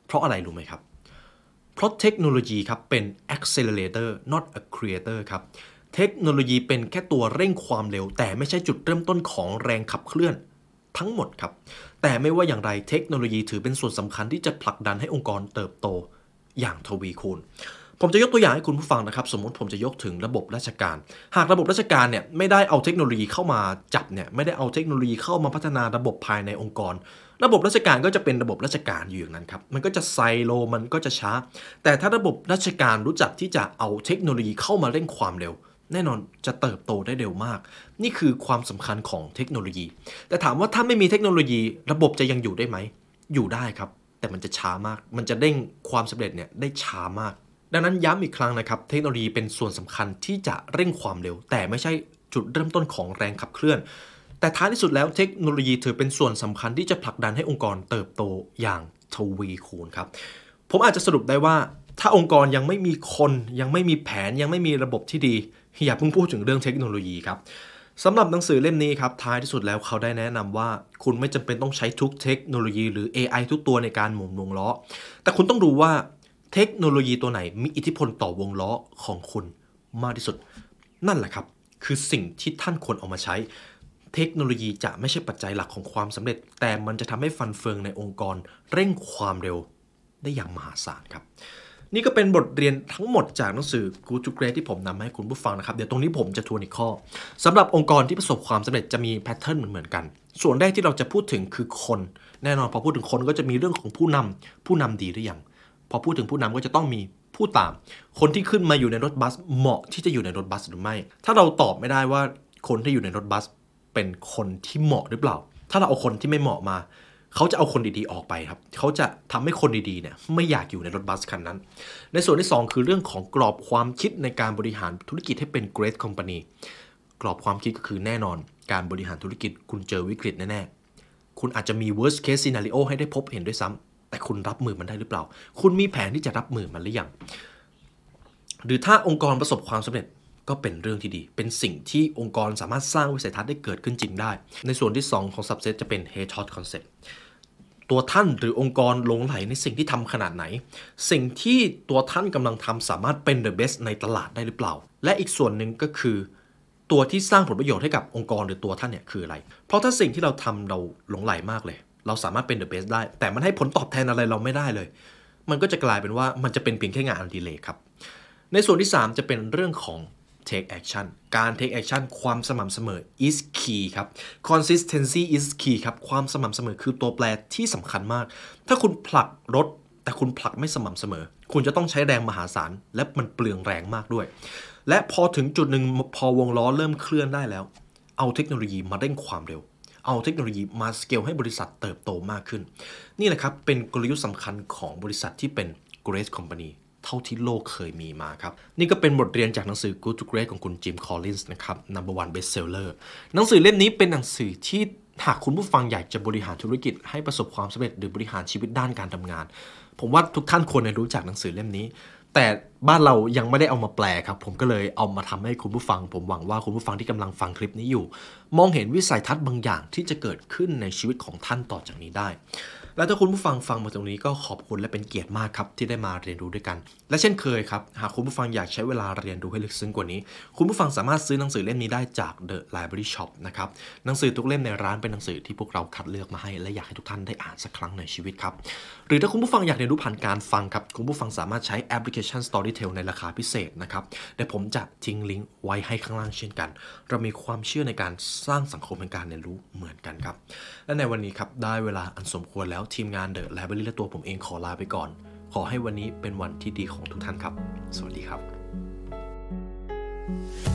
เพราะอะไรรู้ไหมครับเพราะเทคโนโลยีครับเป็น accelerator not a creator ครับเทคโนโลยีเป็นแค่ตัวเร่งความเร็วแต่ไม่ใช่จุดเริ่มต้นของแรงขับเคลื่อนทั้งหมดครับแต่ไม่ว่าอย่างไรเทคโนโลยีถือเป็นส่วนสำคัญที่จะผลักดันให้องค์กรเติบโตอย่างทวีคูณผมจะยกตัวอย่างให้คุณผู้ฟังนะครับสมมติผมจะยกถึงระบบราชการหากระบบราชการเนี่ยไม่ได้เอาเทคโนโลยีเข้ามาจับเนี่ยไม่ได้เอาเทคโนโลยีเข้ามาพัฒนาระบบภายในองค์กรระบบราชการก็จะเป็นระบบราชการอยู่อย่างนั้นครับมันก็จะไซโลมันก็จะช้าแต่ถ้าระบบราชการรู้จักที่จะเอาเทคโนโลยีเข้ามาเร่งความเร็วแน่นอนจะเติบโตได้เร็วมากนี่คือความสำคัญของเทคโนโลยีแต่ถามว่าถ้าไม่มีเทคโนโลยีระบบจะยังอยู่ได้ไหมอยู่ได้ครับแต่มันจะช้ามากมันจะเร่งความสำเร็จเนี่ยได้ช้ามากดังนั้นย้ำอีกครั้งนะครับเทคโนโลยีเป็นส่วนสำคัญที่จะเร่งความเร็วแต่ไม่ใช่จุดเริ่มต้นของแรงขับเคลื่อนแต่ท้ายที่สุดแล้วเทคโนโลยีถือเป็นส่วนสำคัญที่จะผลักดันให้องค์กรเติบโตอย่างทวีคูณครับผมอาจจะสรุปได้ว่าถ้าองค์กรยังไม่มีคนยังไม่มีแผนยังไม่มีระบบที่ดีอย่าเพิ่งพูดถึงเรื่องเทคโนโลยีครับสำหรับหนังสือเล่มนี้ครับท้ายที่สุดแล้วเขาได้แนะนำว่าคุณไม่จำเป็นต้องใช้ทุกเทคโนโลยีหรือ AI ทุกตัวในการหมุนวงล้อแต่คุณต้องรู้ว่าเทคโนโลยีตัวไหนมีอิทธิพลต่อวงล้อของคุณมากที่สุดนั่นแหละครับคือสิ่งที่ท่านควรเอามาใช้เทคโนโลยีจะไม่ใช่ปัจจัยหลักของความสำเร็จแต่มันจะทำให้ฟันเฟืองในองค์กรเร่งความเร็วได้อย่างมหาศาลครับนี่ก็เป็นบทเรียนทั้งหมดจากหนังสือ Good to Great ที่ผมนำให้คุณผู้ฟังนะครับเดี๋ยวตรงนี้ผมจะทวนอีกข้อสำหรับองค์กรที่ประสบความสำเร็จจะมีแพทเทิร์นเหมือนกันส่วนแรกที่เราจะพูดถึงคือคนแน่นอนพอพูดถึงคนก็จะมีเรื่องของผู้นำดีหรือยังพอพูดถึงผู้นำก็จะต้องมีผู้ตามคนที่ขึ้นมาอยู่ในรถบัสเหมาะที่จะอยู่ในรถบัสหรือไม่ถ้าเราตอบไม่ได้ว่าคนที่อยู่ในรถบัสเป็นคนที่เหมาะหรือเปล่าถ้าเราเอาคนที่ไม่เหมาะมาเขาจะเอาคนดีๆออกไปครับเขาจะทำให้คนดีๆเนี่ยไม่อยากอยู่ในรถบัสคันนั้นในส่วนที่2คือเรื่องของกรอบความคิดในการบริหารธุรกิจให้เป็น Great Company กรอบความคิดก็คือแน่นอนการบริหารธุรกิจคุณเจอวิกฤตแน่ๆคุณอาจจะมี worst case scenario ให้ได้พบเห็นด้วยซ้ำแต่คุณรับมือมันได้หรือเปล่าคุณมีแผนที่จะรับมือมันหรือยังหรือถ้าองค์กรประสบความสำเร็จก็เป็นเรื่องที่ดีเป็นสิ่งที่องค์กรสามารถสร้างวิสัยทัศน์ได้เกิดขึ้นจริงได้ในส่วนที่2ของ subset จะเป็น hedgehog concept ตัวท่านหรือองค์กรหลงไหลในสิ่งที่ทำขนาดไหนสิ่งที่ตัวท่านกำลังทำสามารถเป็น the best ในตลาดได้หรือเปล่าและอีกส่วนหนึ่งก็คือตัวที่สร้างผลประโยชน์ให้กับองค์กรหรือตัวท่านเนี่ยคืออะไรเพราะถ้าสิ่งที่เราทำเราหลงไหลมากเลยเราสามารถเป็น the best ได้แต่มันให้ผลตอบแทนอะไรเราไม่ได้เลยมันก็จะกลายเป็นว่ามันจะเป็นเพียงแค่งานอดิเรกครับในส่วนที่3จะเป็นเรื่องของtake action การ take action ความสม่ำเสมอ is key ครับ consistency is key ครับความสม่ำเสมอคือตัวแปรที่สำคัญมากถ้าคุณผลักรถแต่คุณผลักไม่สม่ำเสมอคุณจะต้องใช้แรงมหาศาลและมันเปลืองแรงมากด้วยและพอถึงจุดหนึ่งพอวงล้อเริ่มเคลื่อนได้แล้วเอาเทคโนโลยีมาเร่งความเร็วเอาเทคโนโลยีมาสเกลให้บริษัทเติบโตมากขึ้นนี่แหละครับเป็นกลยุทธ์สำคัญของบริษัทที่เป็น Great Companyเท่าที่โลกเคยมีมาครับนี่ก็เป็นบทเรียนจากหนังสือ Good to Great ของคุณจิมคอลลินส์นะครับ Number One Bestseller หนังสือเล่มนี้เป็นหนังสือที่หากคุณผู้ฟังอยากจะบริหารธุรกิจให้ประสบความสำเร็จหรือบริหารชีวิตด้านการทำงานผมว่าทุกท่านควรจะรู้จักหนังสือเล่มนี้แต่บ้านเรายังไม่ได้เอามาแปลครับผมก็เลยเอามาทำให้คุณผู้ฟังผมหวังว่าคุณผู้ฟังที่กำลังฟังคลิปนี้อยู่มองเห็นวิสัยทัศน์บางอย่างที่จะเกิดขึ้นในชีวิตของท่านต่อจากนี้ได้และถ้าคุณผู้ฟังฟังมาตรงนี้ก็ขอบคุณและเป็นเกียรติมากครับที่ได้มาเรียนรู้ด้วยกันและเช่นเคยครับหากคุณผู้ฟังอยากใช้เวลาเรียนรู้ให้ลึกซึ้งกว่านี้คุณผู้ฟังสามารถซื้อหนังสือเล่มนี้ได้จาก The Library Shop นะครับหนังสือทุกเล่มในร้านเป็นหนังสือที่พวกเราคัดเลือกมาให้และอยากให้ทุกท่านได้อ่านสักครั้งในชีวิตครับหรือถ้าคุณผู้ฟังอยากเรียนรู้ผ่านการฟังครับคุณผู้ฟังสามารถใช้แอปพลิเคชัน Storytel ในราคาพิเศษนะครับเดี๋ยวผมจะทิ้งลิงก์ไว้ให้ข้างล่างเช่นกันเรามีความเชื่อในการสร้างสังคมแห่งการเรียนรู้เหมือนกันครับและในวันนี้ครับได้เวลาอันสมควรแล้วทีมงาน The Library และตัวผมเองขอลาไปก่อนขอให้วันนี้เป็นวันที่ดีของทุกท่านครับสวัสดีครับ